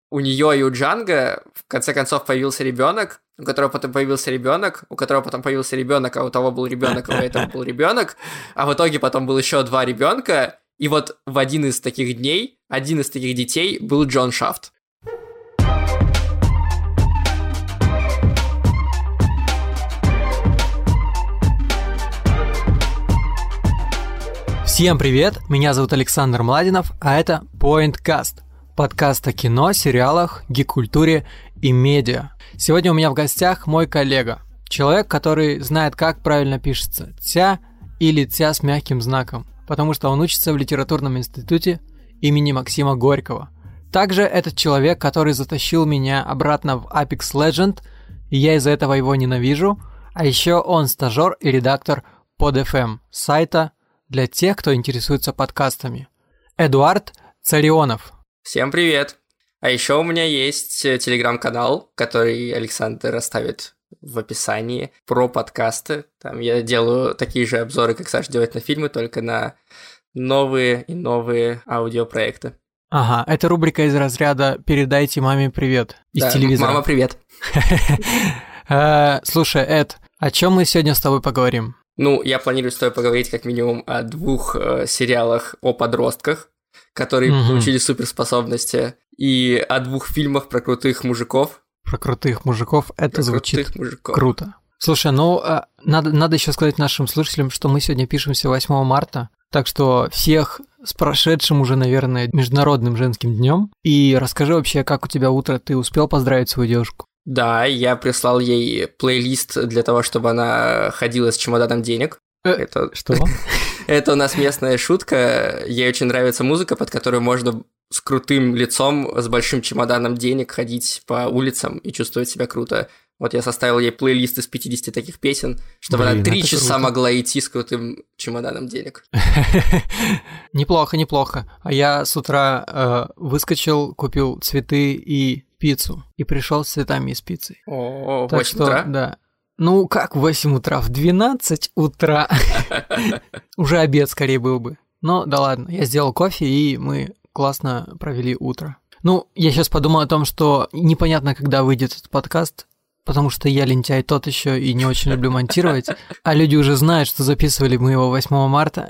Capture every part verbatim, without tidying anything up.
у нее и у Джанго в конце концов появился ребенок, у которого потом появился ребенок, у которого потом появился ребенок, а у того был ребенок, а у этого был ребенок, а в итоге потом было еще два ребенка, и вот в один из таких дней, один из таких детей был Джон Шафт. Всем привет, меня зовут Александр Младинов, а это PointCast, подкаст о кино, сериалах, гик-культуре и медиа. Сегодня у меня в гостях мой коллега, человек, который знает, как правильно пишется «тя» или «тя» с мягким знаком, потому что он учится в литературном институте имени Максима Горького. Также этот человек, который затащил меня обратно в Apex Legends, и я из-за этого его ненавижу, а еще он стажер и редактор PodFM, сайта для тех, кто интересуется подкастами. Эдуард Царионов. Всем привет! А еще у меня есть телеграм-канал, который Александр оставит в описании, про подкасты. Там я делаю такие же обзоры, как Саша делает на фильмы, только на новые и новые аудиопроекты. Ага, это рубрика из разряда «Передайте маме привет» из да, телевизора. Мама, привет! Слушай, Эд, о чем мы сегодня с тобой поговорим? Ну, я планирую с тобой поговорить как минимум о двух э, сериалах о подростках, которые mm-hmm. получили суперспособности, и о двух фильмах про крутых мужиков. Про крутых мужиков, это про звучит мужиков. Круто. Слушай, ну, э, надо, надо еще сказать нашим слушателям, что мы сегодня пишемся восьмого марта, так что всех с прошедшим уже, наверное, Международным женским днем. И расскажи вообще, как у тебя утро, ты успел поздравить свою девушку? Да, я прислал ей плейлист для того, чтобы она ходила с чемоданом денег. Э, это... Что? Это у нас местная шутка. Ей очень нравится музыка, под которую можно с крутым лицом, с большим чемоданом денег ходить по улицам и чувствовать себя круто. Вот я составил ей плейлист из пятидесяти таких песен, чтобы Блин, она три часа круто. Могла идти с крутым чемоданом денег. Неплохо, неплохо. А я с утра э, выскочил, купил цветы и пиццу. И пришел с цветами и с пиццей. О, в восемь утра? Да. Ну, как в восемь утра? В двенадцать утра. Уже обед скорее был бы. Но да ладно, я сделал кофе, и мы классно провели утро. Ну, я сейчас подумал о том, что непонятно, когда выйдет этот подкаст, потому что я лентяй тот еще и не очень люблю монтировать, а люди уже знают, что записывали мы его восьмого марта.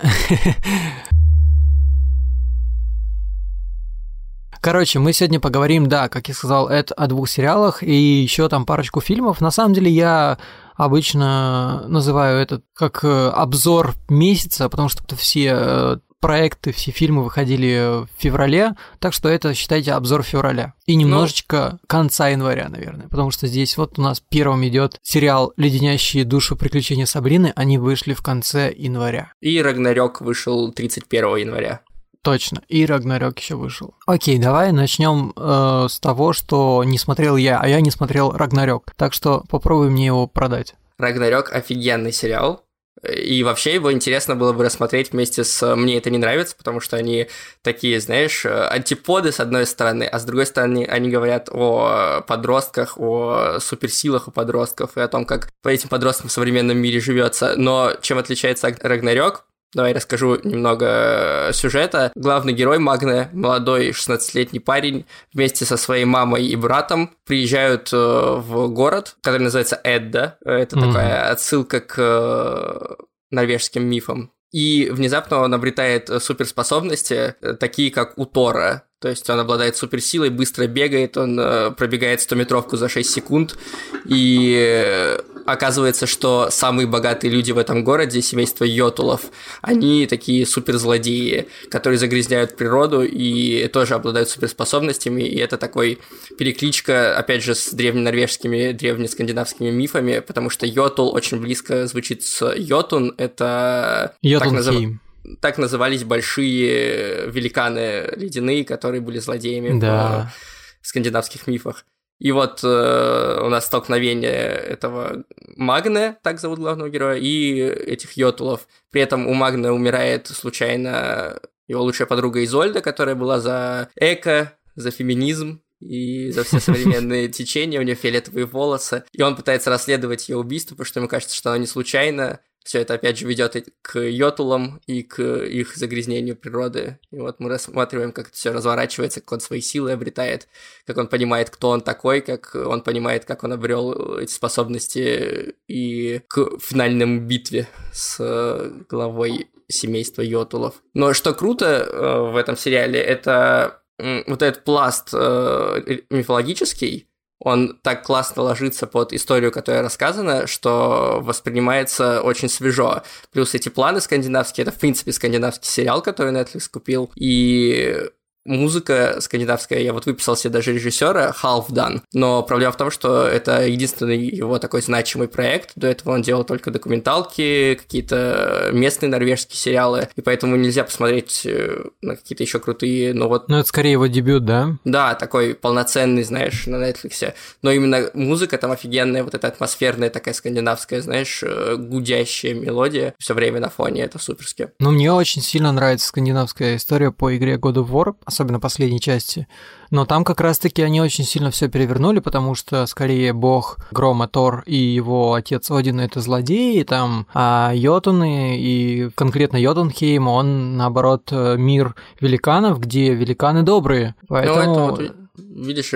Короче, мы сегодня поговорим, да, как я сказал, это о двух сериалах и еще там парочку фильмов. На самом деле я обычно называю это как обзор месяца, потому что все проекты, все фильмы выходили в феврале, так что это, считайте, обзор февраля. И немножечко ну... конца января, наверное, потому что здесь вот у нас первым идет сериал «Леденящие душу приключения Сабрины», они вышли в конце января. И «Рагнарёк» вышел тридцать первого января. Точно, и «Рагнарёк» еще вышел. Окей, давай начнем э, с того, что не смотрел я, а я не смотрел «Рагнарёк», так что попробуй мне его продать. «Рагнарёк» офигенный сериал. И вообще его интересно было бы рассмотреть вместе с «Мне это не нравится», потому что они такие, знаешь, антиподы с одной стороны, а с другой стороны они говорят о подростках, о суперсилах у подростков и о том, как по этим подросткам в современном мире живется. Но чем отличается «Рагнарёк»? Давай расскажу немного сюжета. Главный герой Магне, молодой шестнадцатилетний парень, вместе со своей мамой и братом приезжают в город, который называется Эдда. Это mm-hmm. такая отсылка к норвежским мифам. И внезапно он обретает суперспособности, такие как у Тора. То есть он обладает суперсилой, быстро бегает, он пробегает стометровку за шесть секунд. И оказывается, что самые богатые люди в этом городе, семейство Йотулов, они такие суперзлодеи, которые загрязняют природу и тоже обладают суперспособностями. И это такой перекличка, опять же, с древненорвежскими, древнескандинавскими мифами, потому что Йотул очень близко звучит с Йотун. Это... Йотунхейм. Так назывались большие великаны ледяные, которые были злодеями да. в скандинавских мифах. И вот э, у нас столкновение этого Магне, так зовут главного героя, и этих Йотулов. При этом у Магне умирает случайно его лучшая подруга Изольда, которая была за эко, за феминизм, и за все современные течения, у нее фиолетовые волосы, и он пытается расследовать ее убийство, потому что ему кажется, что оно не случайно. Все это, опять же, ведет к йотулам и к их загрязнению природы. И вот мы рассматриваем, как это все разворачивается, как он свои силы обретает, как он понимает, кто он такой, как он понимает, как он обрел эти способности и к финальной битве с главой семейства йотулов. Но что круто в этом сериале, это вот этот пласт мифологический, он так классно ложится под историю, которая рассказана, что воспринимается очень свежо. Плюс эти планы скандинавские, это, в принципе, скандинавский сериал, который Netflix купил, и музыка скандинавская, я вот выписал себе даже режиссера Halfdan, но проблема в том, что это единственный его такой значимый проект, до этого он делал только документалки, какие-то местные норвежские сериалы, и поэтому нельзя посмотреть на какие-то еще крутые, но вот... Ну, это скорее его дебют, да? Да, такой полноценный, знаешь, на Netflix, но именно музыка там офигенная, вот эта атмосферная такая скандинавская, знаешь, гудящая мелодия все время на фоне, это суперски. Ну, мне очень сильно нравится скандинавская история по игре God of War, особенно последней части. Но там как раз-таки они очень сильно все перевернули, потому что скорее бог Грома Тор и его отец Один — это злодеи, там, а Йотуны и конкретно Йотунхейм, он, наоборот, мир великанов, где великаны добрые. Поэтому... Ну, это вот... Видишь,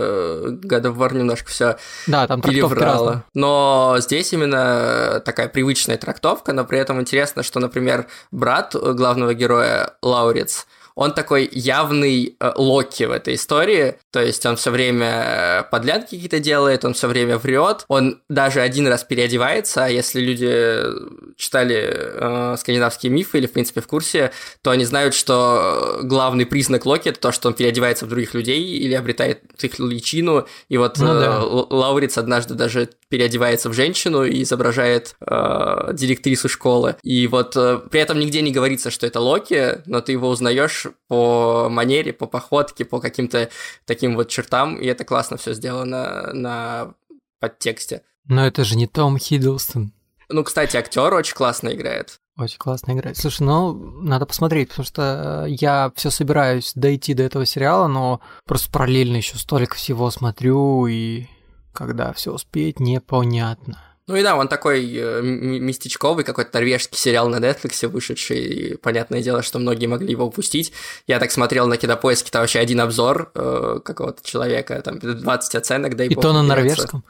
God of War немножко все да, там переврало. Но здесь именно такая привычная трактовка, но при этом интересно, что, например, брат главного героя Лауриц, он такой явный э, Локи в этой истории, то есть он все время подлянки какие-то делает, он все время врет, он даже один раз переодевается, а если люди читали э, скандинавские мифы или, в принципе, в курсе, то они знают, что главный признак Локи — это то, что он переодевается в других людей или обретает их личину, и вот ну, да. э, Лауриц однажды даже переодевается в женщину и изображает э, директрису школы, и вот э, при этом нигде не говорится, что это Локи, но ты его узнаешь по манере, по походке, по каким-то таким вот чертам, и это классно все сделано на подтексте. Но это же не Том Хиддлстон. Ну, кстати, актер очень классно играет. Очень классно играет. Слушай, ну, надо посмотреть, потому что я все собираюсь дойти до этого сериала, но просто параллельно еще столько всего смотрю, и когда все успеть, непонятно. Ну и да, он такой э, местечковый, какой-то норвежский сериал на Netflix вышедший, и понятное дело, что многие могли его упустить. Я так смотрел на Кинопоиске, там вообще один обзор э, какого-то человека, там двадцать оценок, да и И то на норвежском.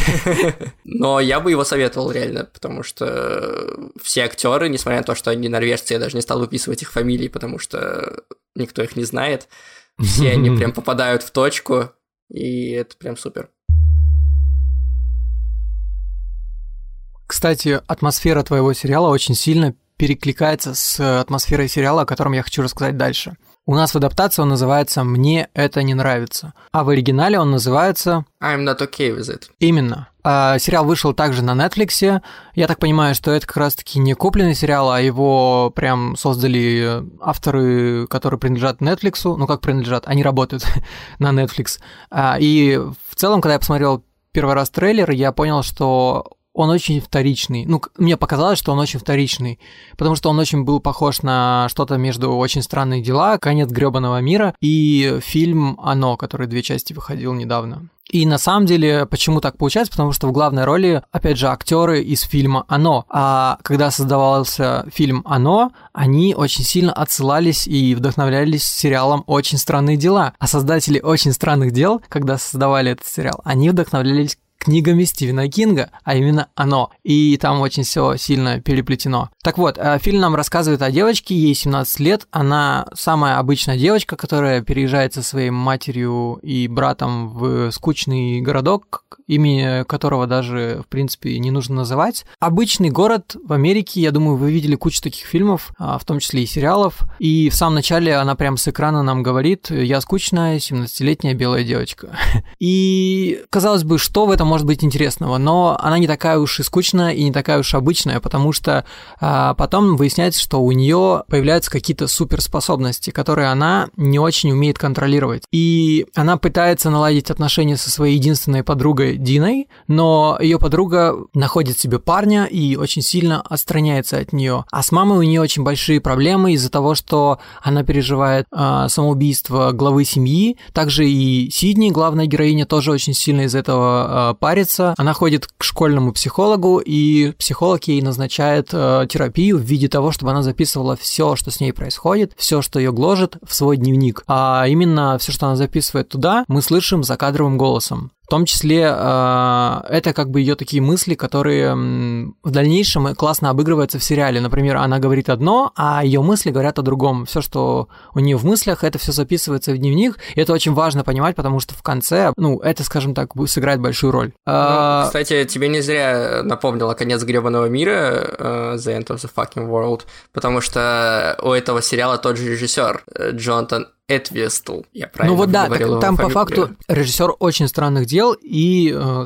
Но я бы его советовал реально, потому что все актеры, несмотря на то, что они норвежцы, я даже не стал выписывать их фамилии, потому что никто их не знает. Все они прям попадают в точку, и это прям супер. Кстати, атмосфера твоего сериала очень сильно перекликается с атмосферой сериала, о котором я хочу рассказать дальше. У нас в адаптации он называется «Мне это не нравится», а в оригинале он называется I'm not okay with it. Именно. А, сериал вышел также на Netflix. Я так понимаю, что это как раз-таки не купленный сериал, а его прям создали авторы, которые принадлежат Netflix. Ну, как принадлежат, они работают на Netflix. А, и в целом, когда я посмотрел первый раз трейлер, я понял, что он очень вторичный. Ну, мне показалось, что он очень вторичный, потому что он очень был похож на что-то между «Очень странные дела», «Конец грёбаного мира» и фильм «Оно», который две части выходил недавно. И на самом деле, почему так получается? Потому что в главной роли, опять же, актеры из фильма «Оно». А когда создавался фильм «Оно», они очень сильно отсылались и вдохновлялись сериалом «Очень странные дела». А создатели «Очень странных дел», когда создавали этот сериал, они вдохновлялись книгами Стивена Кинга, а именно «Оно». И там очень все сильно переплетено. Так вот, фильм нам рассказывает о девочке, ей семнадцать лет. Она самая обычная девочка, которая переезжает со своей матерью и братом в скучный городок, имя которого даже, в принципе, не нужно называть. Обычный город в Америке, я думаю, вы видели кучу таких фильмов, в том числе и сериалов. И в самом начале она прямо с экрана нам говорит: «Я скучная семнадцатилетняя белая девочка». И, казалось бы, что в этом может может быть интересного, но она не такая уж и скучная и не такая уж обычная, потому что а, потом выясняется, что у нее появляются какие-то суперспособности, которые она не очень умеет контролировать. И она пытается наладить отношения со своей единственной подругой Диной, но ее подруга находит себе парня и очень сильно отстраняется от нее. А с мамой у нее очень большие проблемы из-за того, что она переживает а, самоубийство главы семьи. Также и Сидни, главная героиня, тоже очень сильно из этого а, парится. Она ходит к школьному психологу, и психолог ей назначает а, терапию в виде того, чтобы она записывала все, что с ней происходит, все, что ее гложет, в свой дневник. А именно все, что она записывает туда, мы слышим закадровым голосом. В том числе э, это как бы ее такие мысли, которые м, в дальнейшем классно обыгрываются в сериале. Например, она говорит одно, а ее мысли говорят о другом. Все, что у нее в мыслях, это все записывается в дневник. И это очень важно понимать, потому что в конце, ну, это, скажем так, сыграет большую роль. Ну, кстати, тебе не зря напомнила «Конец гребаного мира», uh, The End of the Fucking World, потому что у этого сериала тот же режиссер Джонатан Этвистл, я правильно Ну вот да, говорил так, там его по факту режиссер очень странных дел и э,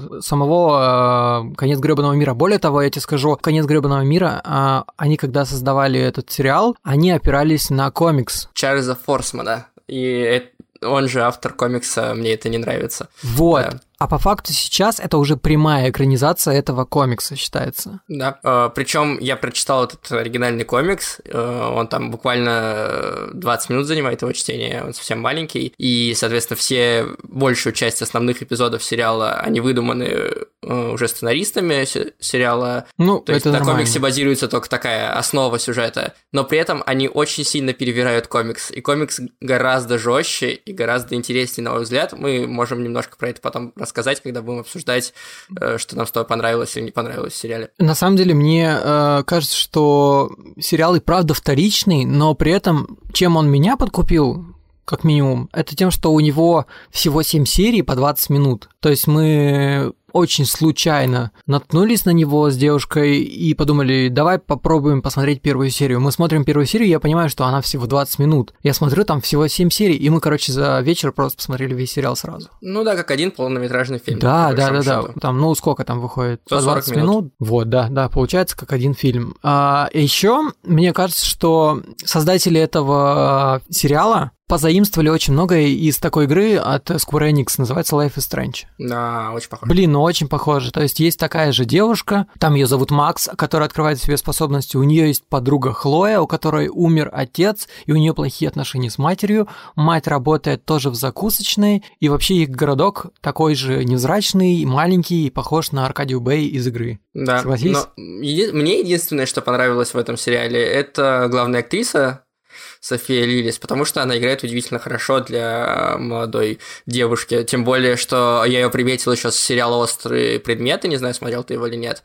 самого э, «Конец гребаного мира». Более того, я тебе скажу, «Конец гребаного мира», э, они когда создавали этот сериал, они опирались на комикс. Чарльза Форсмана, и он же автор комикса «Мне это не нравится». Вот. Да. А по факту сейчас это уже прямая экранизация этого комикса считается. Да, э, причем я прочитал этот оригинальный комикс, э, он там буквально двадцать минут занимает его чтение, он совсем маленький, и, соответственно, все, большую часть основных эпизодов сериала, они выдуманы э, уже сценаристами сериала, ну, то есть это на нормально. комиксе базируется только такая основа сюжета, но при этом они очень сильно перевирают комикс, и комикс гораздо жестче и гораздо интереснее, на мой взгляд, мы можем немножко про это потом рассказать. сказать, когда будем обсуждать, что нам с тобой понравилось или не понравилось в сериале. На самом деле, мне э, кажется, что сериал и правда вторичный, но при этом, чем он меня подкупил, как минимум, это тем, что у него всего семь серий по двадцать минут. То есть мы очень случайно наткнулись на него с девушкой и подумали, давай попробуем посмотреть первую серию. Мы смотрим первую серию, и я понимаю, что она всего двадцать минут. Я смотрю, там всего семь серий, и мы, короче, за вечер просто посмотрели весь сериал сразу. Ну да, как один полнометражный фильм. Да, да, да, да. Там, ну, сколько там выходит? По двадцать минут. минут. Вот, да, да, получается как один фильм. А еще мне кажется, что создатели этого сериала позаимствовали очень многое из такой игры от Square Enix, называется Life is Strange. Да, очень похоже. Блин, ну очень похоже. То есть есть такая же девушка, там ее зовут Макс, которая открывает в себе способности. У нее есть подруга Хлоя, у которой умер отец, и у нее плохие отношения с матерью. Мать работает тоже в закусочной, и вообще их городок такой же невзрачный, маленький, и похож на Аркадию Бэй из игры. Да, согласись? Но еди... мне единственное, что понравилось в этом сериале, это главная актриса София Лилис, потому что она играет удивительно хорошо для молодой девушки, тем более, что я ее приметил еще с сериала «Острые предметы», не знаю, смотрел ты его или нет.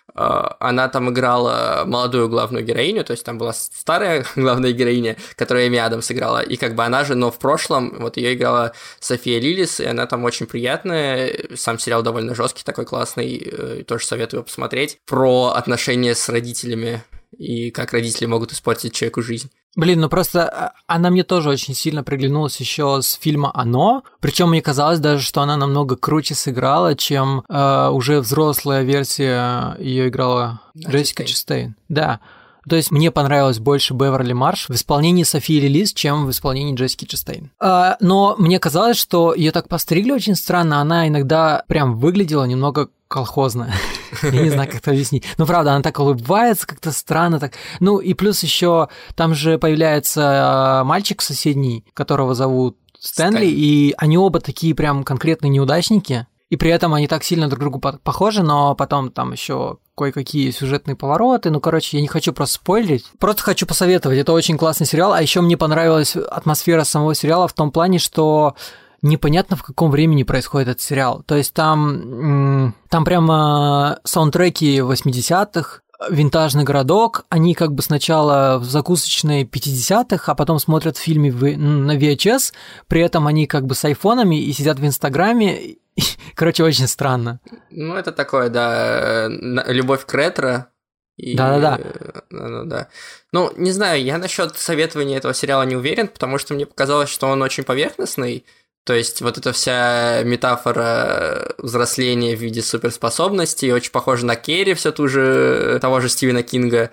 Она там играла молодую главную героиню, то есть там была старая главная героиня, которая Эми Адамс играла, и как бы она же, но в прошлом, вот ее играла София Лилис, и она там очень приятная, сам сериал довольно жесткий, такой классный, тоже советую его посмотреть, про отношения с родителями и как родители могут испортить человеку жизнь. Блин, ну просто она мне тоже очень сильно приглянулась еще с фильма «Оно», причем мне казалось даже, что она намного круче сыграла, чем э, уже взрослая версия ее играла да, Джессика Честейн. Да. То есть мне понравилось больше Беверли Марш в исполнении Софии Лилис, чем в исполнении Джессики Честейн. А, но мне казалось, что ее так постригли очень странно, она иногда прям выглядела немного колхозно. Я не знаю, как это объяснить. Ну, правда, она так улыбается как-то странно. Так. Ну, и плюс еще там же появляется мальчик соседний, которого зовут Стэнли, Стэнли, и они оба такие прям конкретные неудачники. И при этом они так сильно друг к другу похожи, но потом там еще кое-какие сюжетные повороты. Ну, короче, я не хочу просто спойлерить. Просто хочу посоветовать. Это очень классный сериал. А еще мне понравилась атмосфера самого сериала в том плане, что непонятно, в каком времени происходит этот сериал. То есть там, там прямо саундтреки восьмидесятых, винтажный городок, они как бы сначала в закусочной пятидесятых, а потом смотрят в фильме на ви эйч эс, при этом они как бы с айфонами и сидят в Инстаграме. Короче, очень странно. Ну, это такое, да, любовь к ретро. Да-да-да. Ну, да. Ну, не знаю, я насчет советования этого сериала не уверен, потому что мне показалось, что он очень поверхностный. То есть вот эта вся метафора взросления в виде суперспособностей очень похожа на Керри, все ту же, того же Стивена Кинга,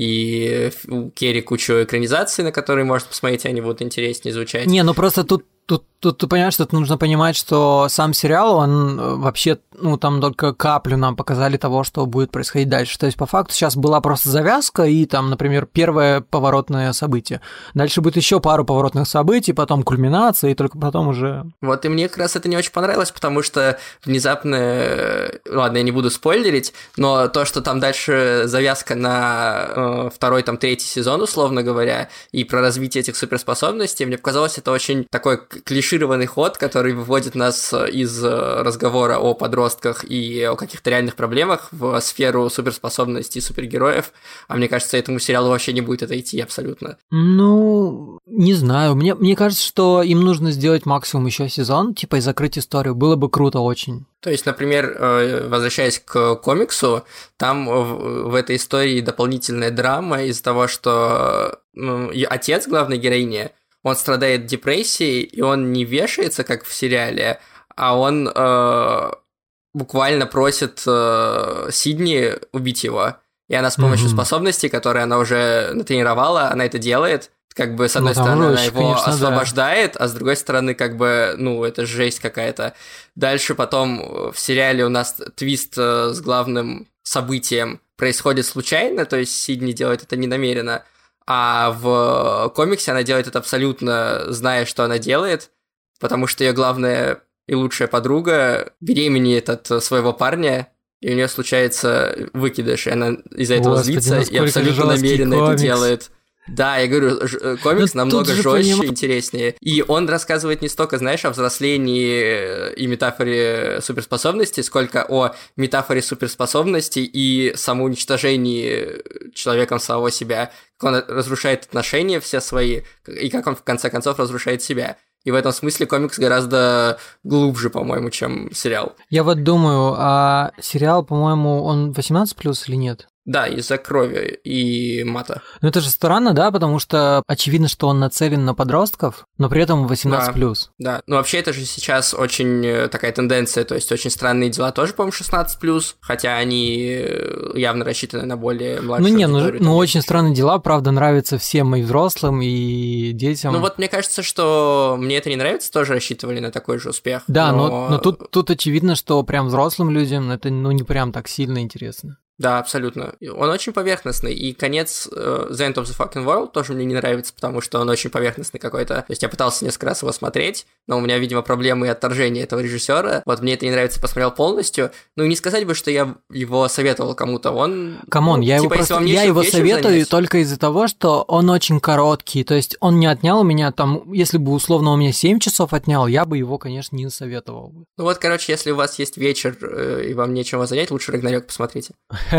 и у Керри кучу экранизаций, на которые можно посмотреть, и они будут интереснее звучать. Не, ну просто тут Тут, тут ты понимаешь, что нужно понимать, что сам сериал, он вообще, ну, там только каплю нам показали того, что будет происходить дальше. То есть, по факту, сейчас была просто завязка и там, например, первое поворотное событие. Дальше будет еще пару поворотных событий, потом кульминация, и только потом уже... Вот, и мне как раз это не очень понравилось, потому что внезапно... Ладно, я не буду спойлерить, но то, что там дальше завязка на э, второй, там, третий сезон, условно говоря, и про развитие этих суперспособностей, мне показалось, это очень такой клишированный ход, который выводит нас из разговора о подростках и о каких-то реальных проблемах в сферу суперспособностей супергероев, а мне кажется, этому сериалу вообще не будет это идти абсолютно. Ну, не знаю, мне, мне кажется, что им нужно сделать максимум еще сезон, типа и закрыть историю, было бы круто очень. То есть, например, возвращаясь к комиксу, там в этой истории дополнительная драма из-за того, что ну, отец главной героини, он страдает депрессией, и он не вешается, как в сериале, а он э, буквально просит э, Сидни убить его. И она с помощью mm-hmm. способностей, которые она уже натренировала, она это делает. Как бы, с одной ну, стороны, она его конечно, освобождает, да. а с другой стороны, как бы, ну, это жесть какая-то. Дальше потом в сериале у нас твист с главным событием происходит случайно, то есть Сидни делает это ненамеренно. А в комиксе она делает это абсолютно зная, что она делает, потому что ее главная и лучшая подруга беременеет от своего парня, и у нее случается выкидыш, и она из-за этого Господи, злится и абсолютно намеренно комикс. Это делает. Да, я говорю, комикс Но намного жестче, поним... интереснее. И он рассказывает не столько, знаешь, о взрослении и метафоре суперспособностей, сколько о метафоре суперспособностей и самоуничтожении человеком самого себя. Как он разрушает отношения все свои, и как он в конце концов разрушает себя. И в этом смысле комикс гораздо глубже, по-моему, чем сериал. Я вот думаю, а сериал, по-моему, он восемнадцать плюс или нет? Да, из-за крови и мата. Ну это же странно, да, потому что очевидно, что он нацелен на подростков, но при этом восемнадцать плюс. Да, да, ну вообще это же сейчас очень такая тенденция, то есть очень странные дела тоже, по-моему, шестнадцать плюс, хотя они явно рассчитаны на более младшую Ну не, ну, аудиторию, ну очень странные дела, правда, нравятся всем и взрослым, и детям. Ну вот мне кажется, что мне это не нравится, тоже рассчитывали на такой же успех. Да, но, но, но тут, тут очевидно, что прям взрослым людям это ну не прям так сильно интересно. Да, абсолютно. Он очень поверхностный, и конец uh, The End of the Fucking World тоже мне не нравится, потому что он очень поверхностный какой-то. То есть я пытался несколько раз его смотреть, но у меня, видимо, проблемы и отторжение этого режиссера. Вот мне это не нравится, посмотрел полностью. Ну и не сказать бы, что я его советовал кому-то. Он... Камон, ну, я типа, его, просто... я его советую занять... только из-за того, что он очень короткий. То есть он не отнял у меня там, если бы условно у меня семь часов отнял, я бы его, конечно, не советовал бы. Ну вот, короче, если у вас есть вечер э, и вам нечего занять, лучше Рагнарёк посмотрите.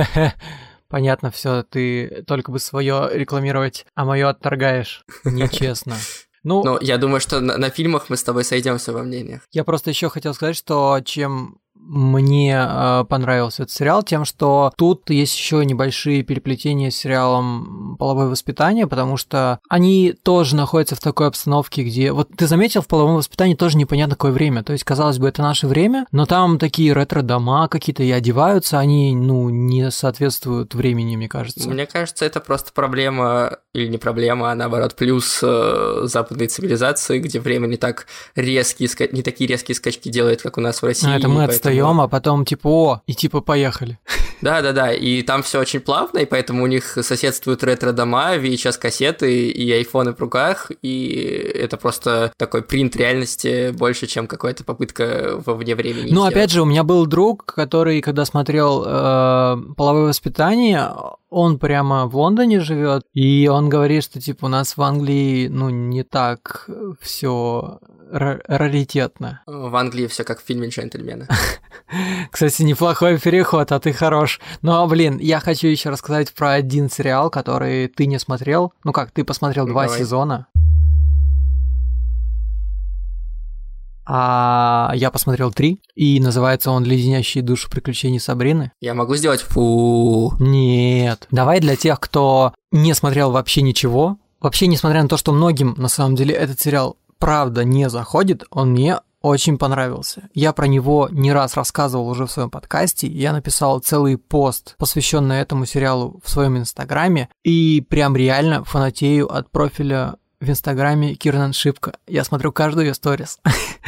Понятно, все, ты только бы свое рекламировать, а мое отторгаешь. Нечестно. Ну, Но я думаю, что на, на фильмах мы с тобой сойдемся во мнениях. Я просто еще хотел сказать, что чем мне э, понравился этот сериал, тем, что тут есть еще небольшие переплетения с сериалом «Половое воспитание», потому что они тоже находятся в такой обстановке, где... Вот ты заметил, в «Половом воспитании» тоже непонятно какое время. То есть, казалось бы, это наше время, но там такие ретро-дома какие-то и одеваются, они, ну, не соответствуют времени, мне кажется. Мне кажется, это просто проблема, или не проблема, а наоборот, плюс э, западной цивилизации, где время не так резкие, не такие резкие скачки делает, как у нас в России. А это мы отстаем. А потом типа о, и типа поехали. Да-да-да, и там все очень плавно, и поэтому у них соседствуют ретро-дома, ви эйч эс-кассеты и айфоны в руках, и это просто такой принт реальности больше, чем какая-то попытка во вне времени. Ну, опять же, у меня был друг, который, когда смотрел э, «Половое воспитание», он прямо в Лондоне живет, и он говорит, что типа у нас в Англии, ну, не так все р- раритетно. В Англии все как в фильме «Джентльмены». Кстати, неплохой переход, а ты хорош. Но, блин, я хочу еще рассказать про один сериал, который ты не смотрел. Ну как, ты посмотрел ну, два давай. сезона. А я посмотрел три, и называется он «Леденящие душу приключения Сабрины». Я могу сделать фу. Нет. Давай для тех, кто не смотрел вообще ничего. Вообще, несмотря на то, что многим, на самом деле, этот сериал правда не заходит, он мне очень понравился. Я про него не раз рассказывал уже в своем подкасте. Я написал целый пост, посвященный этому сериалу в своем инстаграме. И прям реально фанатею от профиля в инстаграме Кирнан Шипка. Я смотрю каждую ее сторис.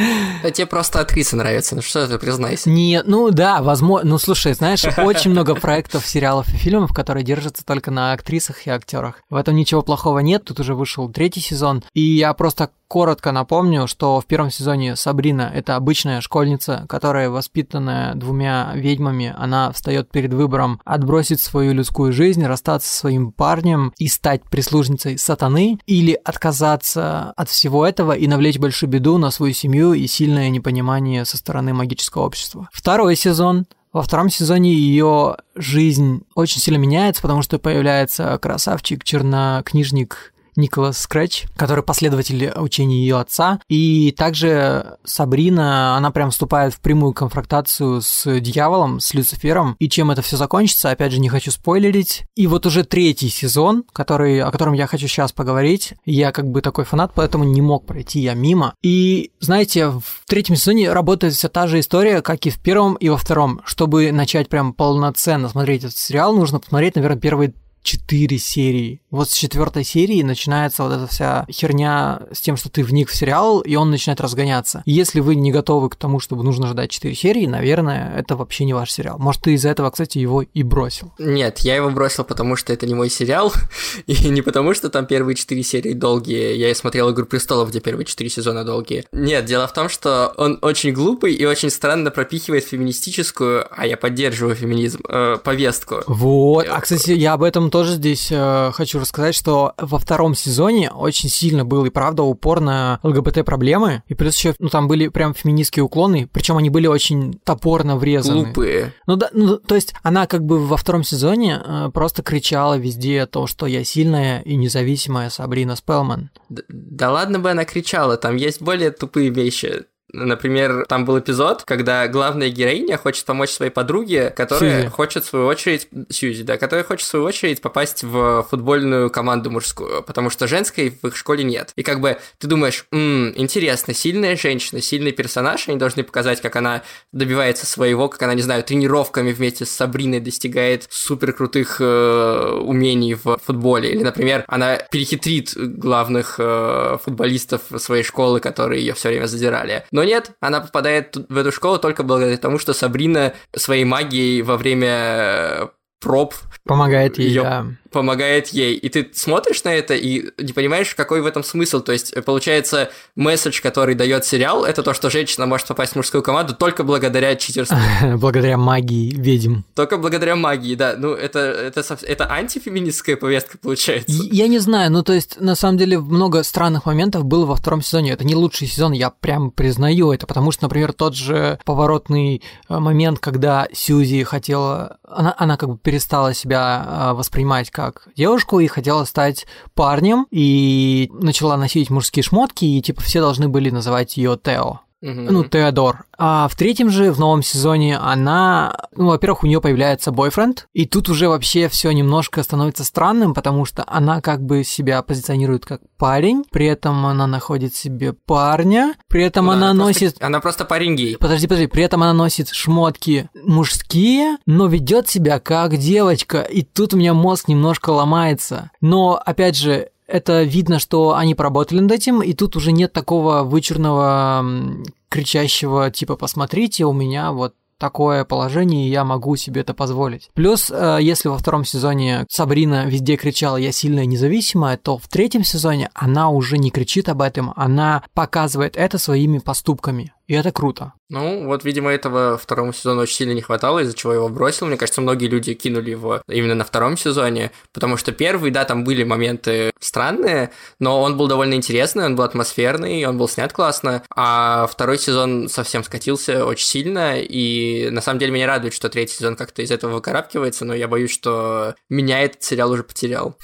А тебе просто актриса нравится, ну что ты, признайся. Нет, ну да, возможно. Ну слушай, знаешь, очень много проектов, сериалов и фильмов, которые держатся только на актрисах и актерах. В этом ничего плохого нет, тут уже вышел третий сезон. И я просто коротко напомню, что в первом сезоне Сабрина — это обычная школьница, которая, воспитанная двумя ведьмами, она встает перед выбором отбросить свою людскую жизнь, расстаться со своим парнем и стать прислужницей сатаны, или отказаться от всего этого и навлечь большую беду на свою семью и сильное непонимание со стороны магического общества. Второй сезон. Во втором сезоне ее жизнь очень сильно меняется, потому что появляется красавчик-чернокнижник Николас Скретч, который последователь учений ее отца. И также Сабрина, она прям вступает в прямую конфронтацию с дьяволом, с Люцифером. И чем это все закончится, опять же, не хочу спойлерить. И вот уже третий сезон, который, о котором я хочу сейчас поговорить, я как бы такой фанат, поэтому не мог пройти я мимо. И, знаете, в третьем сезоне работает вся та же история, как и в первом и во втором. Чтобы начать прям полноценно смотреть этот сериал, нужно посмотреть, наверное, первые четыре серии. Вот с четвертой серии начинается вот эта вся херня с тем, что ты вник в сериал, и он начинает разгоняться. Если вы не готовы к тому, чтобы нужно ждать четыре серии, наверное, это вообще не ваш сериал. Может, ты из-за этого, кстати, его и бросил. Нет, я его бросил, потому что это не мой сериал, и не потому, что там первые четыре серии долгие. Я и смотрел «Игру престолов», где первые четыре сезона долгие. Нет, дело в том, что он очень глупый и очень странно пропихивает феминистическую, а я поддерживаю феминизм, э, повестку. Вот, а, кстати, я об этом тоже здесь э, хочу рассказать, что во втором сезоне очень сильно был и правда упор на ЛГБТ-проблемы, и плюс еще, ну, там были прям феминистские уклоны, причем они были очень топорно врезаны. Глупые. Ну да, ну, то есть она как бы во втором сезоне э, просто кричала везде то, что я сильная и независимая Сабрина Спелман. Да, да ладно бы она кричала, там есть более тупые вещи. Например, там был эпизод, когда главная героиня хочет помочь своей подруге, которая Сьюзи. хочет в свою очередь... Сьюзи, да, которая хочет в свою очередь попасть в футбольную команду мужскую, потому что женской в их школе нет. И как бы ты думаешь, м-м, интересно, сильная женщина, сильный персонаж, они должны показать, как она добивается своего, как она, не знаю, тренировками вместе с Сабриной достигает суперкрутых э, умений в футболе. Или, например, она перехитрит главных э, футболистов своей школы, которые ее все время задирали. Но нет, она попадает в эту школу только благодаря тому, что Сабрина своей магией во время проб помогает ей, её... да. помогает ей. И ты смотришь на это и не понимаешь, какой в этом смысл. То есть, получается, месседж, который дает сериал, это то, что женщина может попасть в мужскую команду только благодаря читерству. Благодаря магии ведьм. Только благодаря магии, да. Ну, это, это, это антифеминистская повестка, получается. Я не знаю, ну, то есть, на самом деле, много странных моментов было во втором сезоне. Это не лучший сезон, я прям признаю это, потому что, например, тот же поворотный момент, когда Сьюзи хотела... Она, она как бы перестала себя воспринимать как девушку и хотела стать парнем, и начала носить мужские шмотки, и типа все должны были называть ее Тео. Mm-hmm. Ну, Теодор. А в третьем же, в новом сезоне, она... Ну, во-первых, у нее появляется бойфренд, и тут уже вообще все немножко становится странным, потому что она как бы себя позиционирует как парень, при этом она находит себе парня, при этом ну, она, она носит... Просто... Она просто парень гей. Подожди, подожди, при этом она носит шмотки мужские, но ведет себя как девочка, и тут у меня мозг немножко ломается. Но, опять же, это видно, что они поработали над этим, и тут уже нет такого вычурного, кричащего, типа, посмотрите, у меня вот такое положение, и я могу себе это позволить. Плюс, если во втором сезоне Сабрина везде кричала «я сильная и независимая», то в третьем сезоне она уже не кричит об этом, она показывает это своими поступками. И это круто. Ну, вот, видимо, этого второму сезону очень сильно не хватало, из-за чего я его бросил. Мне кажется, многие люди кинули его именно на втором сезоне, потому что первый, да, там были моменты странные, но он был довольно интересный, он был атмосферный, он был снят классно, а второй сезон совсем скатился очень сильно, и на самом деле меня радует, что третий сезон как-то из этого выкарабкивается, но я боюсь, что меня этот сериал уже потерял.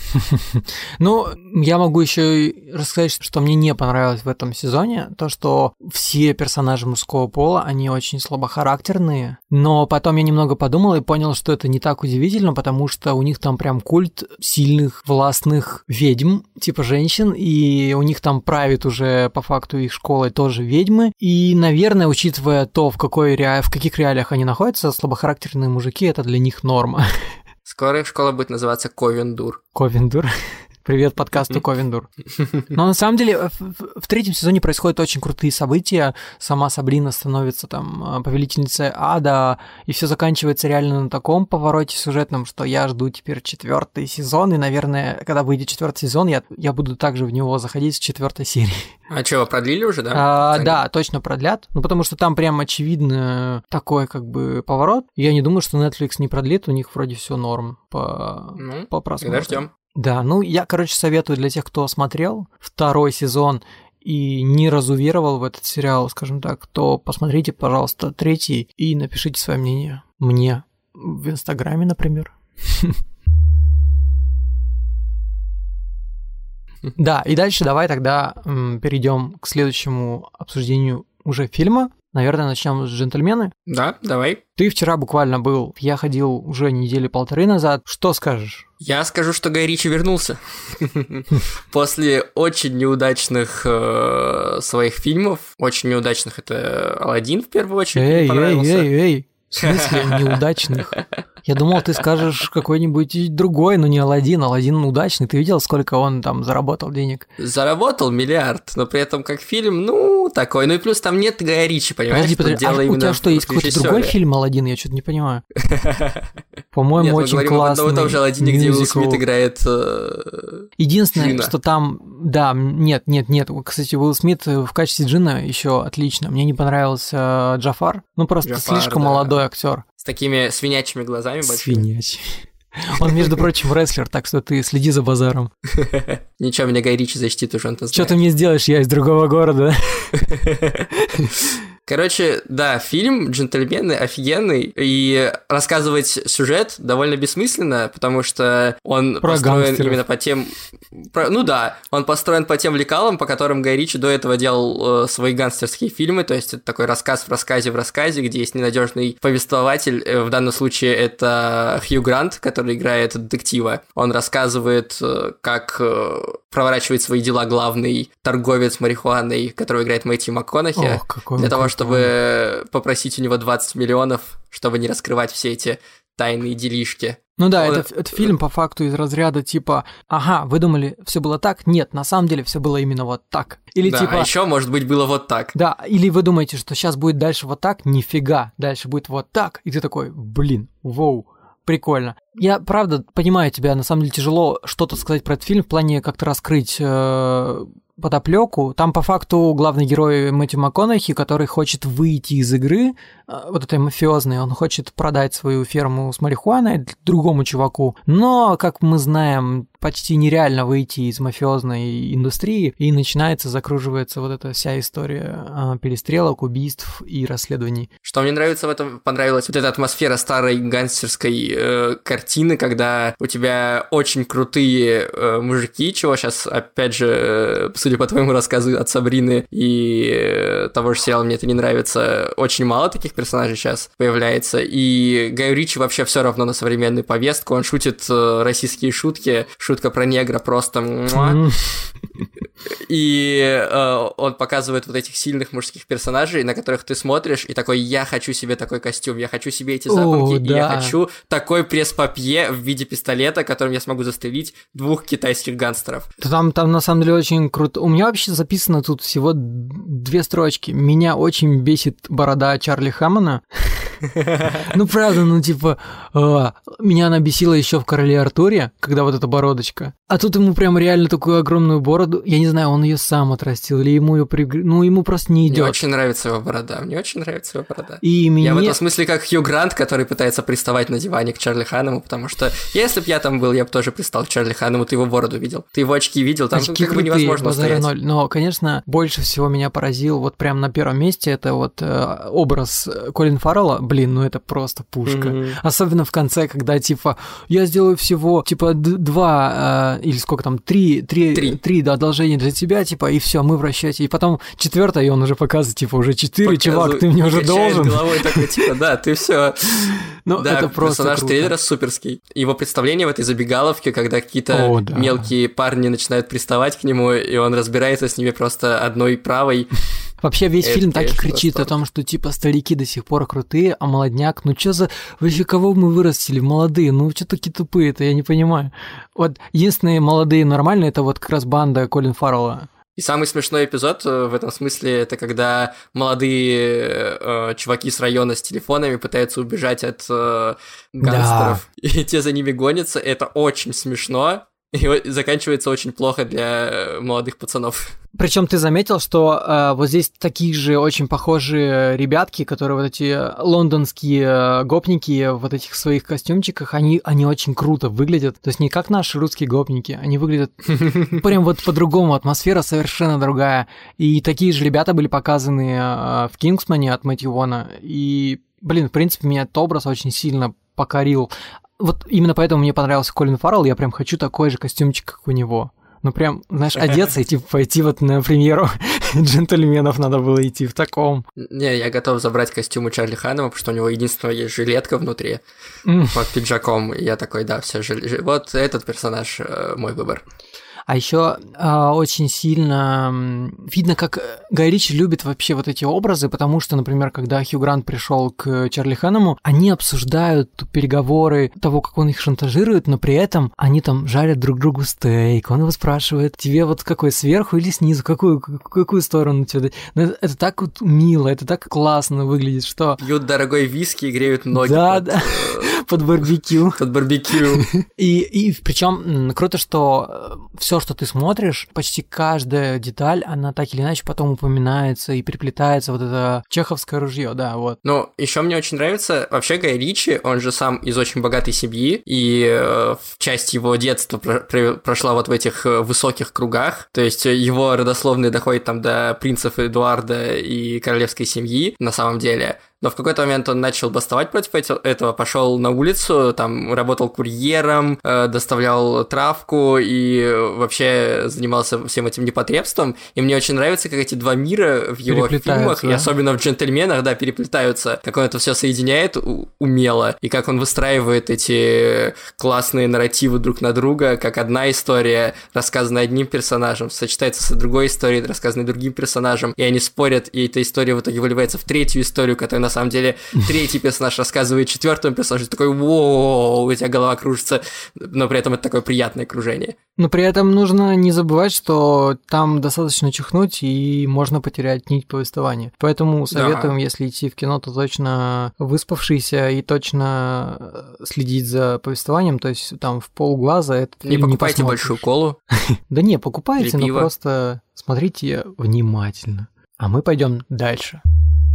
Ну, я могу еще рассказать, что мне не понравилось в этом сезоне, то, что все персонажи персонажи мужского пола, они очень слабохарактерные. Но потом я немного подумал и понял, что это не так удивительно, потому что у них там прям культ сильных, властных ведьм, типа женщин, и у них там правит уже по факту их школой тоже ведьмы. И, наверное, учитывая то, в, какой ре... в каких реалиях они находятся, слабохарактерные мужики — это для них норма. Скоро их школа будет называться Ковендур. Ковендур. Привет подкасту Ковендур. Но на самом деле в, в третьем сезоне происходят очень крутые события. Сама Сабрина становится там повелительницей ада, и все заканчивается реально на таком повороте сюжетном, что я жду теперь четвертый сезон, и, наверное, когда выйдет четвертый сезон, я, я буду также в него заходить с четвертой серии. А что, продлили уже, да? А, да, точно продлят. Ну, потому что там прям очевидно такой как бы поворот. Я не думаю, что Netflix не продлит, у них вроде все норм по, ну, по просмотру. Тогда ждем. Да, ну я, короче, советую для тех, кто смотрел второй сезон и не разуверовал в этот сериал, скажем так, то посмотрите, пожалуйста, третий и напишите свое мнение мне в Инстаграме, например. Да, и дальше давай тогда перейдем к следующему обсуждению уже фильма. Наверное, начнем с «Джентльмены». Да, давай. Ты вчера буквально был, я ходил уже недели полторы назад. Что скажешь? Я скажу, что Гай Ричи вернулся. После очень неудачных э, своих фильмов. Очень неудачных — это «Аладдин» в первую очередь. Эй, понравился. эй, эй, эй. В смысле неудачных? Я думал, ты скажешь какой-нибудь другой, но не «Аладдин». «Аладдин» удачный. Ты видел, сколько он там заработал денег? Заработал миллиард, но при этом как фильм, ну, такой. Ну и плюс там нет Гая Ричи, понимаешь? Подожди, подожди, а у тебя что, есть какой-то другой фильм «Аладдин»? Я что-то не понимаю. По-моему, нет, очень мы классный. Нет, в том же «Аладдине», где Уилл Смит играет э, Единственное, Джина. что там... Да, нет, нет, нет. Кстати, Уилл Смит в качестве Джина еще отлично. Мне не понравился Джафар. Ну, просто Джафар, слишком да. молодой актер. С такими свинячьими глазами большими. Свинячий. Он, между прочим, рестлер, так что ты следи за базаром. Ничего, меня Гай Ричи защитит уже, он то знает. Что ты мне сделаешь, я из другого города. Короче, да, фильм «Джентльмены» офигенный, и рассказывать сюжет довольно бессмысленно, потому что он Про построен гангстеров. именно по тем... Про... Ну да, он построен по тем лекалам, по которым Гай Ричи до этого делал э, свои гангстерские фильмы, то есть это такой рассказ в рассказе в рассказе, где есть ненадежный повествователь, э, в данном случае это Хью Грант, который играет детектива. Он рассказывает, э, как э, проворачивает свои дела главный торговец марихуаной, которого играет Мэтью МакКонахи, Ох, какой для он того, крутой. чтобы попросить у него двадцать миллионов, чтобы не раскрывать все эти тайные делишки. Ну да, Он- это, это фильм по факту из разряда типа, ага, вы думали, все было так? Нет, на самом деле все было именно вот так. Или да, типа, а еще, может быть, было вот так. да, или вы думаете, что сейчас будет дальше вот так? Нифига, дальше будет вот так. И ты такой, блин, воу, прикольно. Я, правда, понимаю тебя, на самом деле тяжело что-то сказать про этот фильм в плане как-то раскрыть э, подоплеку. Там по факту главный герой Мэтью МакКонахи, который хочет выйти из игры, э, вот этой мафиозной, он хочет продать свою ферму с марихуаной другому чуваку, но, как мы знаем, почти нереально выйти из мафиозной индустрии, и начинается, закруживается вот эта вся история э, перестрелок, убийств и расследований. Что мне нравится в этом, понравилась вот эта атмосфера старой гангстерской э, картины, когда у тебя очень крутые э, мужики, чего сейчас, опять же, э, судя по твоему рассказу от Сабрины и э, того же сериала «Мне это не нравится», очень мало таких персонажей сейчас появляется, и Гаю Ричи вообще все равно на современную повестку, он шутит э, российские шутки, шутка про негра просто... муа. И э, он показывает вот этих сильных мужских персонажей, на которых ты смотришь, и такой, я хочу себе такой костюм, я хочу себе эти запонки, О, и я да. хочу такой пресс-папье в виде пистолета, которым я смогу застрелить двух китайских гангстеров. Там, там на самом деле очень круто. У меня вообще записано тут всего две строчки. Меня очень бесит борода Чарли Хаммона. Ну, правда, ну, типа, а, меня она бесила еще в «Короле Артуре», когда вот эта бородочка. А тут ему прям реально такую огромную бороду. Я не знаю, он ее сам отрастил, или ему ее пригр... Ну, ему просто не Мне идет. очень нравится его борода, мне очень нравится его борода. И мне... Я в этом смысле как Хью Грант, который пытается приставать на диване к Чарли Ханнему, потому что если бы я там был, я бы тоже пристал к Чарли Ханнему, ты его бороду видел, ты его очки видел, там Очки как бы крутые, невозможно базара стоять. ноль. Но, конечно, больше всего меня поразил вот прям на первом месте это вот э, образ Колин Фаррелла. блин, ну это просто пушка. Mm-hmm. Особенно в конце, когда, типа, я сделаю всего, типа, д- два, э, или сколько там, три, три, три. три да, одолжения для тебя, типа, и все, мы в расчете. И потом четвертое, и он уже показывает, типа, уже четыре, чувак, ты мне уже должен. Головой такой, типа, да, ты все. Ну, да, это просто персонаж круто. трейлера суперский. Его представление в этой забегаловке, когда какие-то О, да. мелкие парни начинают приставать к нему, и он разбирается с ними просто одной правой. Вообще весь это, фильм так и кричит о том, что типа старики до сих пор крутые, а молодняк, ну чё за... Вообще кого мы вырастили? Молодые, ну чё такие тупые-то, я не понимаю. Вот единственные молодые нормальные, это вот как раз банда Колин Фаррелла. И самый смешной эпизод в этом смысле, это когда молодые э, чуваки с района с телефонами пытаются убежать от э, гангстеров, да. и те за ними гонятся, это очень смешно. И заканчивается очень плохо для молодых пацанов. Причем ты заметил, что э, вот здесь такие же очень похожие ребятки, которые вот эти лондонские гопники в вот этих своих костюмчиках, они, они очень круто выглядят. То есть не как наши русские гопники, они выглядят прям вот по-другому, атмосфера совершенно другая. И такие же ребята были показаны э, в «Кингсмане» от Мэтью Вона. И, блин, в принципе, меня этот образ очень сильно покорил. Вот именно поэтому мне понравился Колин Фаррелл, я прям хочу такой же костюмчик, как у него. Ну прям, знаешь, одеться и типа пойти вот на премьеру «Джентльменов» надо было идти в таком. Не, я готов забрать костюм у Чарли Ханнема, потому что у него единственное есть жилетка внутри mm. под пиджаком. И я такой, да, все, жил... вот этот персонаж э, мой выбор. А еще э, очень сильно видно, как Гай Ричи любит вообще вот эти образы, потому что, например, когда Хью Грант пришел к Чарли Ханнему, они обсуждают переговоры того, как он их шантажирует, но при этом они там жарят друг другу стейк. Он его спрашивает, тебе вот какой, сверху или снизу, какую, какую сторону тебе дать? Это, это так вот мило, это так классно выглядит, что... Пьют дорогой виски и греют ноги. Да, под, да. Под барбекю. Под барбекю. И, и причем круто, что все, что ты смотришь, почти каждая деталь, она так или иначе потом упоминается и приплетается, вот это чеховское ружье, да, вот. Ну, еще мне очень нравится, вообще Гай Ричи, он же сам из очень богатой семьи, и э, часть его детства про- про- прошла вот в этих высоких кругах, то есть его родословные доходят там до принцев Эдуарда и королевской семьи, на самом деле. Но в какой-то момент он начал бастовать против этого, пошел на улицу, там работал курьером, э, доставлял травку и вообще занимался всем этим непотребством. И мне очень нравится, как эти два мира в его фильмах, да? И особенно в «Джентльменах», да, переплетаются, как он это все соединяет у- умело, и как он выстраивает эти классные нарративы друг на друга, как одна история, рассказанная одним персонажем, сочетается с другой историей, рассказанной другим персонажем, и они спорят, и эта история в итоге выливается в третью историю, которая на На самом деле, третий персонаж рассказывает четвертому персонажу, такой, воу, у тебя голова кружится, но при этом это такое приятное окружение. Но при этом нужно не забывать, что там достаточно чихнуть, и можно потерять нить повествования. Поэтому советуем, да. Если идти в кино, то точно выспавшийся и точно следить за повествованием, то есть там в полглаза этот фильм не покупайте большую колу. Да не, покупайте, но просто смотрите внимательно. А мы пойдем дальше.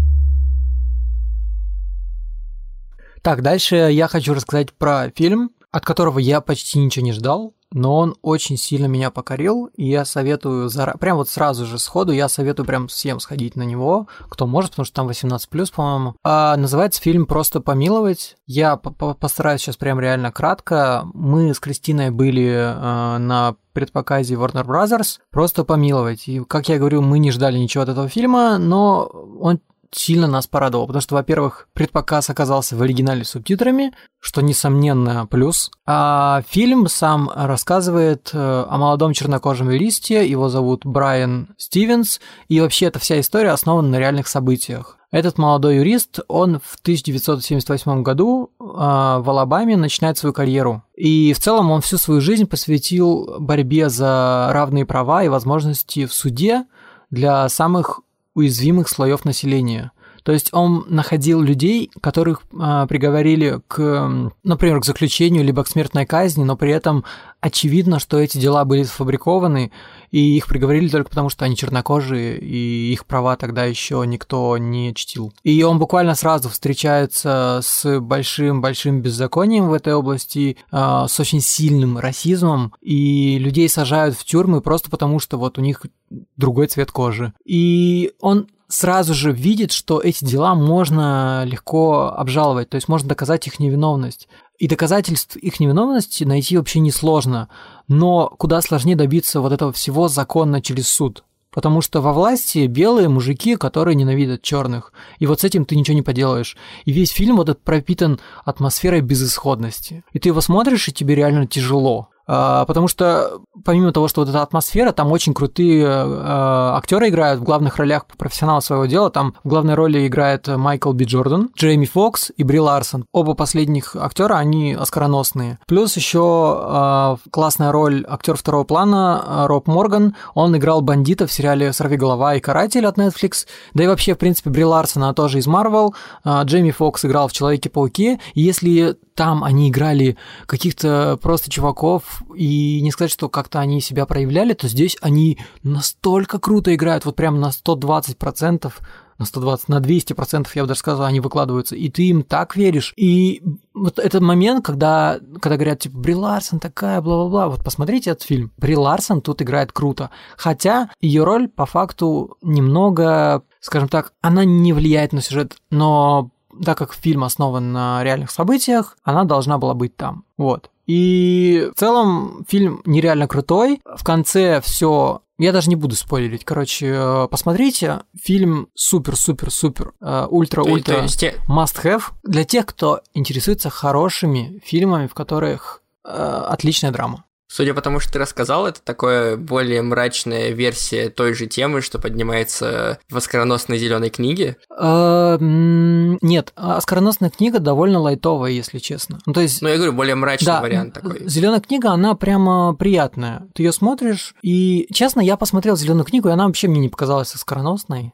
Так, дальше я хочу рассказать про фильм, от которого я почти ничего не ждал, но он очень сильно меня покорил, и я советую, зара... прям вот сразу же сходу, я советую прям всем сходить на него, кто может, потому что там восемнадцать плюс, по-моему. А, называется фильм «Просто помиловать». Я постараюсь сейчас прям реально кратко. Мы с Кристиной были а, на предпоказе Warner Brothers «Просто помиловать». И, как я говорю, мы не ждали ничего от этого фильма, но он сильно нас порадовал, потому что, во-первых, предпоказ оказался в оригинале с субтитрами, что, несомненно, плюс. А фильм сам рассказывает о молодом чернокожем юристе, его зовут Брайан Стивенс, и вообще эта вся история основана на реальных событиях. Этот молодой юрист, он в тысяча девятьсот семьдесят восьмом году э, в Алабаме начинает свою карьеру. И в целом он всю свою жизнь посвятил борьбе за равные права и возможности в суде для самых уязвимых слоев населения. То есть он находил людей, которых а, приговорили к, например, к заключению либо к смертной казни, но при этом очевидно, что эти дела были сфабрикованы, и их приговорили только потому, что они чернокожие, и их права тогда еще никто не чтил. И он буквально сразу встречается с большим-большим беззаконием в этой области, а, с очень сильным расизмом, и людей сажают в тюрьмы просто потому, что вот у них другой цвет кожи. И он сразу же видит, что эти дела можно легко обжаловать, то есть можно доказать их невиновность. И доказательств их невиновности найти вообще несложно, но куда сложнее добиться вот этого всего законно через суд. Потому что во власти белые мужики, которые ненавидят черных. И вот с этим ты ничего не поделаешь. И весь фильм вот этот пропитан атмосферой безысходности. И ты его смотришь, и тебе реально тяжело. А, потому что помимо того, что вот эта атмосфера, там очень крутые а, актеры играют в главных ролях профессионала своего дела. Там в главной роли играет Майкл Би Джордан, Джейми Фокс и Бри Ларсон. Оба последних актера, они оскароносные. Плюс еще а, классная роль актер второго плана а, Роб Морган. Он играл бандита в сериале «Сорвиголова» и «Каратель» от Netflix. Да и вообще, в принципе, Бри Ларсон, она тоже из Марвел. А, Джейми Фокс играл в «Человеке-пауке». И если там они играли каких-то просто чуваков, и не сказать, что как-то они себя проявляли, то здесь они настолько круто играют, вот прям на сто двадцать процентов, на сто двадцать, на двести процентов, я бы даже сказал, они выкладываются, и ты им так веришь. И вот этот момент, когда, когда говорят, типа, Бри Ларсон такая, бла-бла-бла, вот посмотрите этот фильм. Бри Ларсон тут играет круто, хотя ее роль по факту немного, скажем так, она не влияет на сюжет, но так как фильм основан на реальных событиях, она должна была быть там. Вот. И в целом фильм нереально крутой. В конце все. Я даже не буду спойлерить. Короче, посмотрите. Фильм супер-супер-супер, ультра-ультра must have для тех, кто интересуется хорошими фильмами, в которых э, отличная драма. Судя по тому, что ты рассказал, это такая более мрачная версия той же темы, что поднимается в оскароносной зеленой книге. Нет, оскароносная книга довольно лайтовая, если честно. Ну, то есть, ну, я говорю, более мрачный да, вариант такой. Зеленая книга, она прямо приятная. Ты ее смотришь, и, честно, я посмотрел зеленую книгу, и она вообще мне не показалась оскароносной.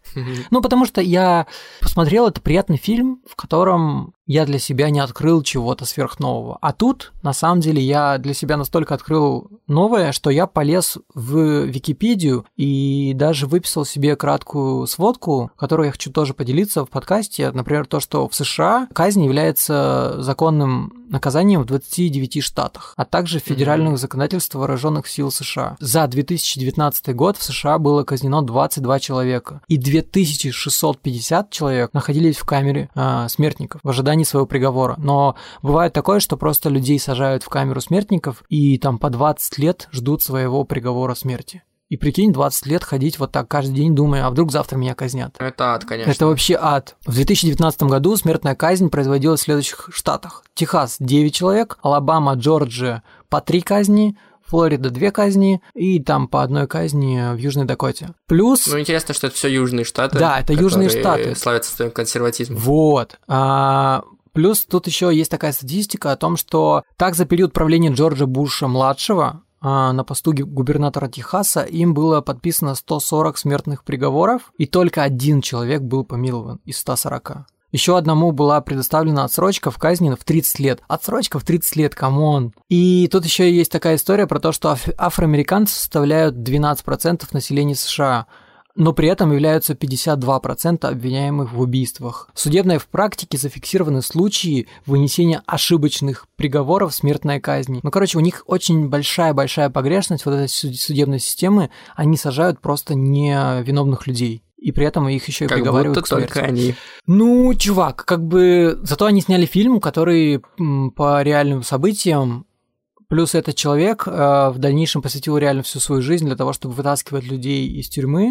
Ну, потому что я посмотрел, это приятный фильм, в котором я для себя не открыл чего-то сверхнового. А тут, на самом деле, я для себя настолько открыл новое, что я полез в Википедию и даже выписал себе краткую сводку, которую я хочу тоже поделиться в подкасте. Например, то, что в США казнь является законным наказанием в двадцати девяти штатах, а также в федеральных mm-hmm. законодательствах вооруженных сил США. За две тысячи девятнадцатый год в США было казнено двадцать два человека, и две тысячи шестьсот пятьдесят человек находились в камере э, смертников в ожидании своего приговора. Но бывает такое, что просто людей сажают в камеру смертников и там по двадцать лет ждут своего приговора смерти. И прикинь, двадцать лет ходить вот так каждый день, думая, а вдруг завтра меня казнят. Это ад, конечно. Это вообще ад. В две тысячи девятнадцатом году смертная казнь производилась в следующих штатах. Техас – девять человек, Алабама, Джорджия – по три казни, Флорида – две казни, и там по одной казни в Южной Дакоте. Плюс... Ну, интересно, что это все южные штаты. Да, это южные штаты. Славятся своим консерватизмом. Вот. А... Плюс тут еще есть такая статистика о том, что так за период правления Джорджа Буша-младшего на посту губернатора Техаса им было подписано сто сорок смертных приговоров, и только один человек был помилован из ста сорока. Еще одному была предоставлена отсрочка в казни в тридцать лет. Отсрочка в тридцать лет, камон. И тут еще есть такая история про то, что аф- афроамериканцы составляют двенадцать процентов населения США, но при этом являются пятьдесят два процента обвиняемых в убийствах. В судебной практике зафиксированы случаи вынесения ошибочных приговоров смертной казни. Ну, короче, у них очень большая-большая погрешность вот этой судебной системы. Они сажают просто невиновных людей. И при этом их еще и как приговаривают будто к смерти. Только они. Ну, чувак, как бы... Зато они сняли фильм, который м, по реальным событиям. Плюс этот человек э, в дальнейшем посвятил реально всю свою жизнь для того, чтобы вытаскивать людей из тюрьмы.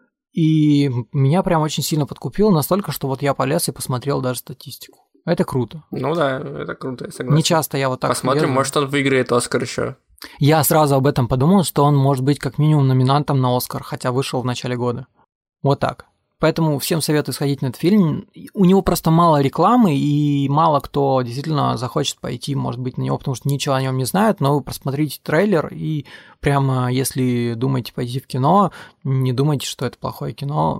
И меня прям очень сильно подкупило, настолько, что вот я полез и посмотрел даже статистику. Это круто. Ну да, это круто, я согласен. Не часто я вот так Посмотрим, лезу. Может, он выиграет Оскар еще. Я сразу об этом подумал, что он может быть как минимум номинантом на Оскар, хотя вышел в начале года. Вот так. Поэтому всем советую сходить на этот фильм. У него просто мало рекламы, и мало кто действительно захочет пойти, может быть, на него, потому что ничего о нем не знают, но вы просмотрите трейлер, и прямо если думаете пойти в кино, не думайте, что это плохое кино.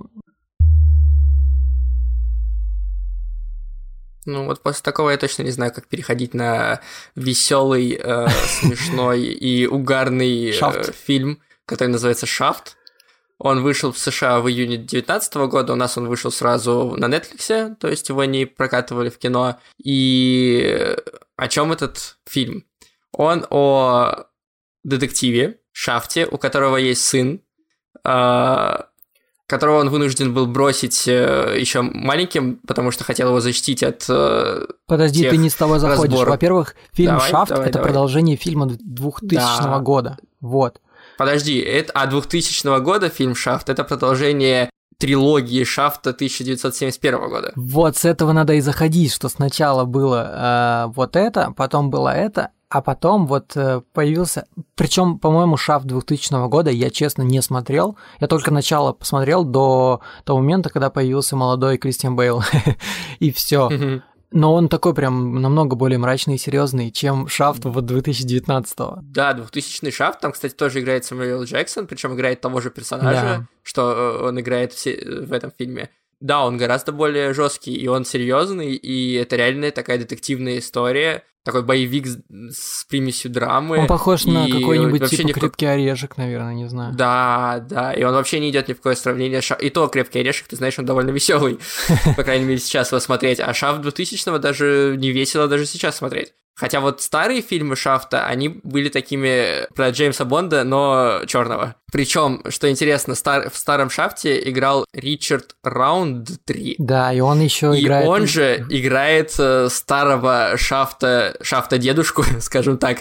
Ну вот после такого я точно не знаю, как переходить на веселый, э, смешной и угарный э, фильм, который называется «Шафт». Он вышел в США в июне две тысячи девятнадцатого года, у нас он вышел сразу на Netflix, то есть его не прокатывали в кино. И о чем этот фильм? Он о детективе Шафте, у которого есть сын. которого он вынужден был бросить э, еще маленьким, потому что хотел его защитить от э, Подожди, тех ты не с того заходишь. разборок. Во-первых, фильм Давай, «Шафт» давай, — это давай. продолжение фильма двухтысячного Да. года. Вот. Подожди, это, а двухтысячного года фильм «Шафт» — это продолжение трилогии «Шафта» тысяча девятьсот семьдесят первого года. Вот, с этого надо и заходить, что сначала было э, вот это, потом было это, а потом вот э, появился... Причем, по-моему, «Шафт» двухтысячного года я, честно, не смотрел. Я только начало посмотрел до того момента, когда появился молодой Кристиан Бейл. И все. Но он такой прям намного более мрачный и серьезный, чем «Шафт» вот две тысячи девятнадцатого. Да, двухтысячный «Шафт», там, кстати, тоже играет Сэмюэл Джексон, причем играет того же персонажа, Да. что э, он играет все, в этом фильме. Да, он гораздо более жесткий, и он серьезный, и это реальная такая детективная история, такой боевик с, с примесью драмы. Он похож на и какой-нибудь вообще типа ни в как- «Крепкий орешек», наверное, не знаю. Да, да, и он вообще не идет ни в какое сравнение. Ша- И то «Крепкий орешек», ты знаешь, он довольно веселый, по крайней мере, сейчас его смотреть. А «Шафт» двухтысячного даже не весело даже сейчас смотреть. Хотя вот старые фильмы «Шафта», они были такими про Джеймса Бонда, но черного. Причем, что интересно, стар- в старом «Шафте» играл Ричард Раундтри. Да, и он еще И играет... он же играет э, старого Шафта, Шафта-дедушку, скажем так,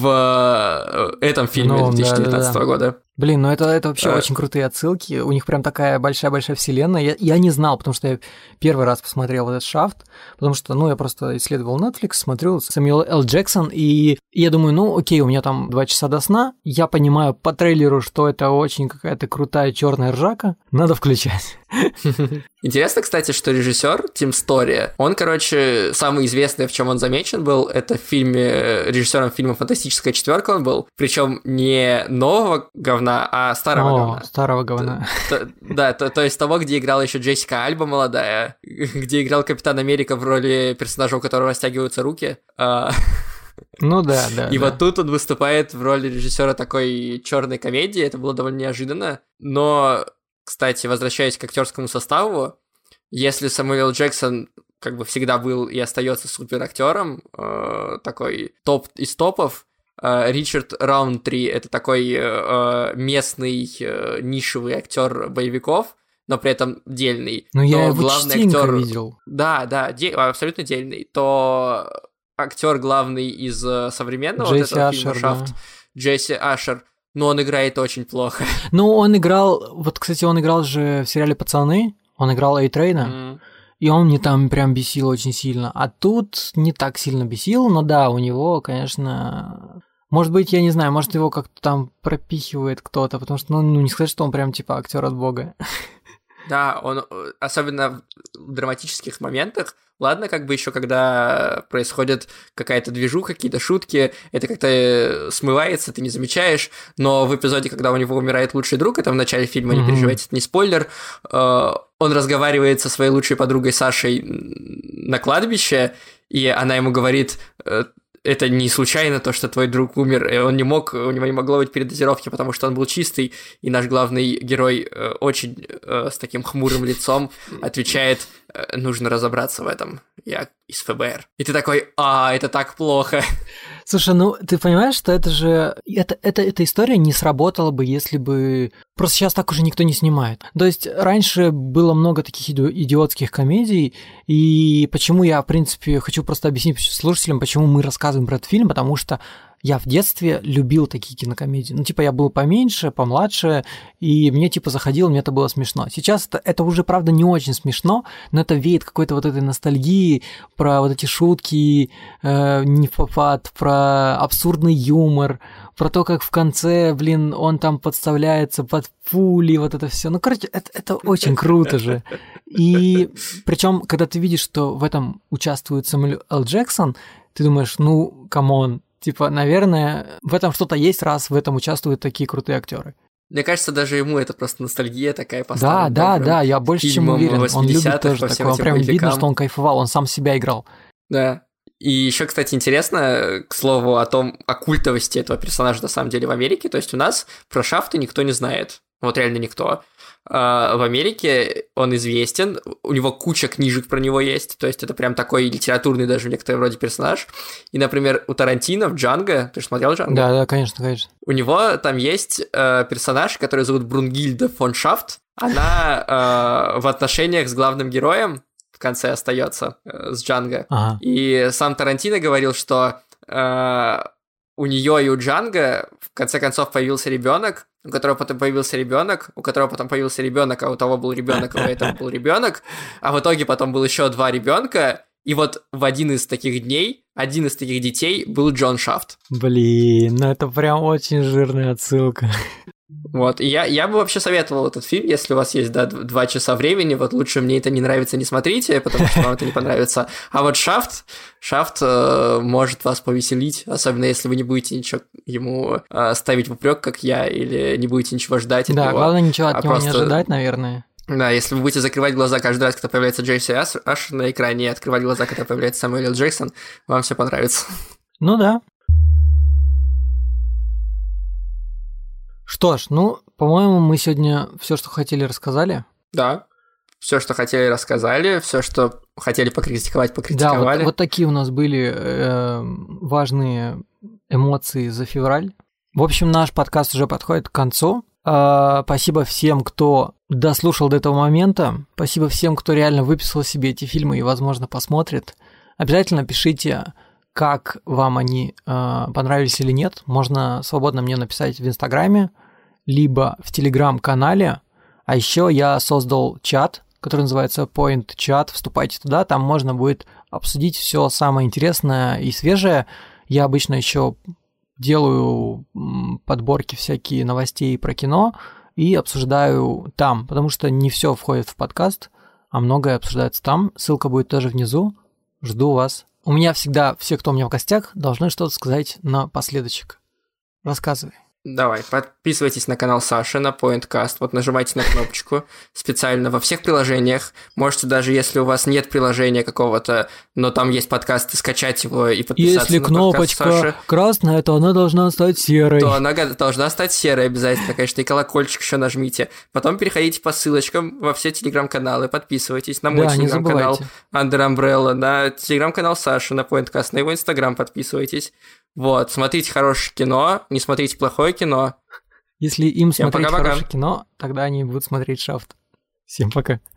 в э, этом фильме Ну, две тысячи девятнадцатого да-да-да. года. Блин, ну это, это вообще А. очень крутые отсылки. У них прям такая большая-большая вселенная. Я, я не знал, потому что я первый раз посмотрел вот этот «Шафт», потому что, ну, я просто исследовал Netflix, смотрел Сэмюэл Л. Джексон, и я думаю, ну, окей, у меня там два часа до сна, я понимаю по трейлеру, что это очень какая-то крутая черная ржака, надо включать. Интересно, кстати, что режиссер Тим Стори, он, короче, самый известный, в чем он замечен был, это в фильме, режиссером фильма «Фантастическая четверка» он был, причем не нового говна, а старого О, говна. старого говна. То- Да, то, то есть того, где играла еще Джессика Альба молодая, где играл Капитан Америка в роли персонажа, у которого растягиваются руки. А, Ну да, да. И да. вот тут он выступает в роли режиссера такой черной комедии, это было довольно неожиданно. Но, кстати, возвращаясь к актерскому составу, если Сэмюэл Джексон как бы всегда был и остается суперактером, э, такой топ из топов, э, Ричард Раундтри — это такой э, местный э, нишевый актер боевиков, но при этом дельный. Ну я То его главный частенько актер- видел. Да, да, де- абсолютно дельный. То актер главный из э, современного вот Джесси этого фильма Ашер, «Шафт», да. Джесси Ашер, но он играет очень плохо. Ну, он играл, вот, кстати, он играл же в сериале «Пацаны», он играл Эйтрейна, М. и он мне там прям бесил очень сильно. А тут не так сильно бесил, но да, у него, конечно... Может быть, я не знаю, может, его как-то там пропихивает кто-то, потому что, ну, ну, не сказать, что он прям типа актер от бога. Да, он, э, особенно в драматических моментах, ладно, как бы еще когда происходит какая-то движуха, какие-то шутки, это как-то э, смывается, ты не замечаешь, но в эпизоде, когда у него умирает лучший друг, это в начале фильма, не Мгм. переживайте, это не спойлер, э, он разговаривает со своей лучшей подругой Сашей м, на кладбище, и она ему говорит... э, это не случайно то, что твой друг умер, и он не мог, у него не могло быть передозировки, потому что он был чистый, и наш главный герой э, очень э, с таким хмурым лицом отвечает, э, нужно разобраться в этом, я из эф бэ эр. И ты такой, а, это так плохо. Слушай, ну ты понимаешь, что это же... Это, это, эта история не сработала бы, если бы... Просто сейчас так уже никто не снимает. То есть раньше было много таких иди- идиотских комедий, и почему я, в принципе, хочу просто объяснить слушателям, почему мы рассказываем про этот фильм, потому что я в детстве любил такие кинокомедии. Ну, типа, я был поменьше, помладше, и мне, типа, заходило, мне это было смешно. Сейчас это, это уже, правда, не очень смешно, но это веет какой-то вот этой ностальгии про вот эти шутки, э, не в попад, про абсурдный юмор, про то, как в конце, блин, он там подставляется под пули, вот это все. Ну, короче, это, это очень круто же. И причем, когда ты видишь, что в этом участвует Сэмюэл Л. Джексон, ты думаешь, ну, камон, типа, наверное, в этом что-то есть, раз в этом участвуют такие крутые актеры. Мне кажется, даже ему это просто ностальгия такая Да, поставлена. да, да, я больше чем фильмам уверен. Он любит восьмидесятых, тоже по всем такое. этим Прям видно, боевикам. что он кайфовал, он сам себя играл. Да. И еще, кстати, интересно, к слову, о том, о культовости этого персонажа на самом деле в Америке. То есть у нас про Шафта никто не знает. Вот реально никто. в Америке он известен, у него куча книжек про него есть, то есть это прям такой литературный даже в некотором роде персонаж. И, например, у Тарантино в «Джанго», ты же смотрел «Джанго»? Да, да, конечно, конечно. У него там есть э, персонаж, который зовут Брунгильда фон Шафт. Она э, в отношениях с главным героем в конце остается э, с Джанго. Ага. И сам Тарантино говорил, что э, у нее и у Джанго в конце концов появился ребенок, у которого потом появился ребенок, у которого потом появился ребенок, а у того был ребенок, а у этого был ребенок, а в итоге потом был еще два ребенка. И вот в один из таких дней, один из таких детей был Джон Шафт. Блин, ну это прям очень жирная отсылка. Вот, и я, я бы вообще советовал этот фильм, если у вас есть, да, два часа времени, вот лучше «Мне это не нравится» не смотрите, потому что вам это не понравится. А вот Шафт, Шафт э, может вас повеселить, особенно если вы не будете ничего ему э, ставить в упрек, как я, или не будете ничего ждать от да, него. Да, главное ничего от а него просто... не ожидать, наверное. Да, если вы будете закрывать глаза каждый раз, когда появляется Джесси Аш, Аш на экране, и открывать глаза, когда появляется Самуэль Л. Джексон, вам все понравится. Ну да. Что ж, ну, по-моему, мы сегодня все, что хотели, рассказали. Да, все, что хотели, рассказали, все, что хотели покритиковать, покритиковали. Да, вот, вот такие у нас были э, важные эмоции за февраль. В общем, наш подкаст уже подходит к концу. Э, спасибо всем, кто дослушал до этого момента. Спасибо всем, кто реально выписал себе эти фильмы и, возможно, посмотрит. Обязательно пишите, как вам они э, понравились или нет. Можно свободно мне написать в Инстаграме, либо в Телеграм-канале. А еще я создал чат, который называется Point Chat. Вступайте туда, там можно будет обсудить все самое интересное и свежее. Я обычно еще делаю подборки всякие новостей про кино и обсуждаю там, потому что не все входит в подкаст, а многое обсуждается там. Ссылка будет тоже внизу. Жду вас. У меня всегда все, кто у меня в гостях, должны что-то сказать напоследочек. Рассказывай. Давай, подписывайтесь на канал Саши, на PointCast, вот нажимайте на кнопочку специально во всех приложениях. Можете даже, если у вас нет приложения какого-то, но там есть подкаст, скачать его и подписаться если на подкаст Саши. Если кнопочка красная, то она должна стать серой. То она должна стать серой обязательно, конечно, и колокольчик еще нажмите. Потом переходите по ссылочкам во все телеграм-каналы, подписывайтесь на мой да, телеграм-канал Under Umbrella, на телеграм-канал Саши, на PointCast, на его инстаграм подписывайтесь. Вот, смотрите хорошее кино, не смотрите плохое кино. Если им Всем смотреть пока-пока. хорошее кино, тогда они будут смотреть Шафт. Всем пока.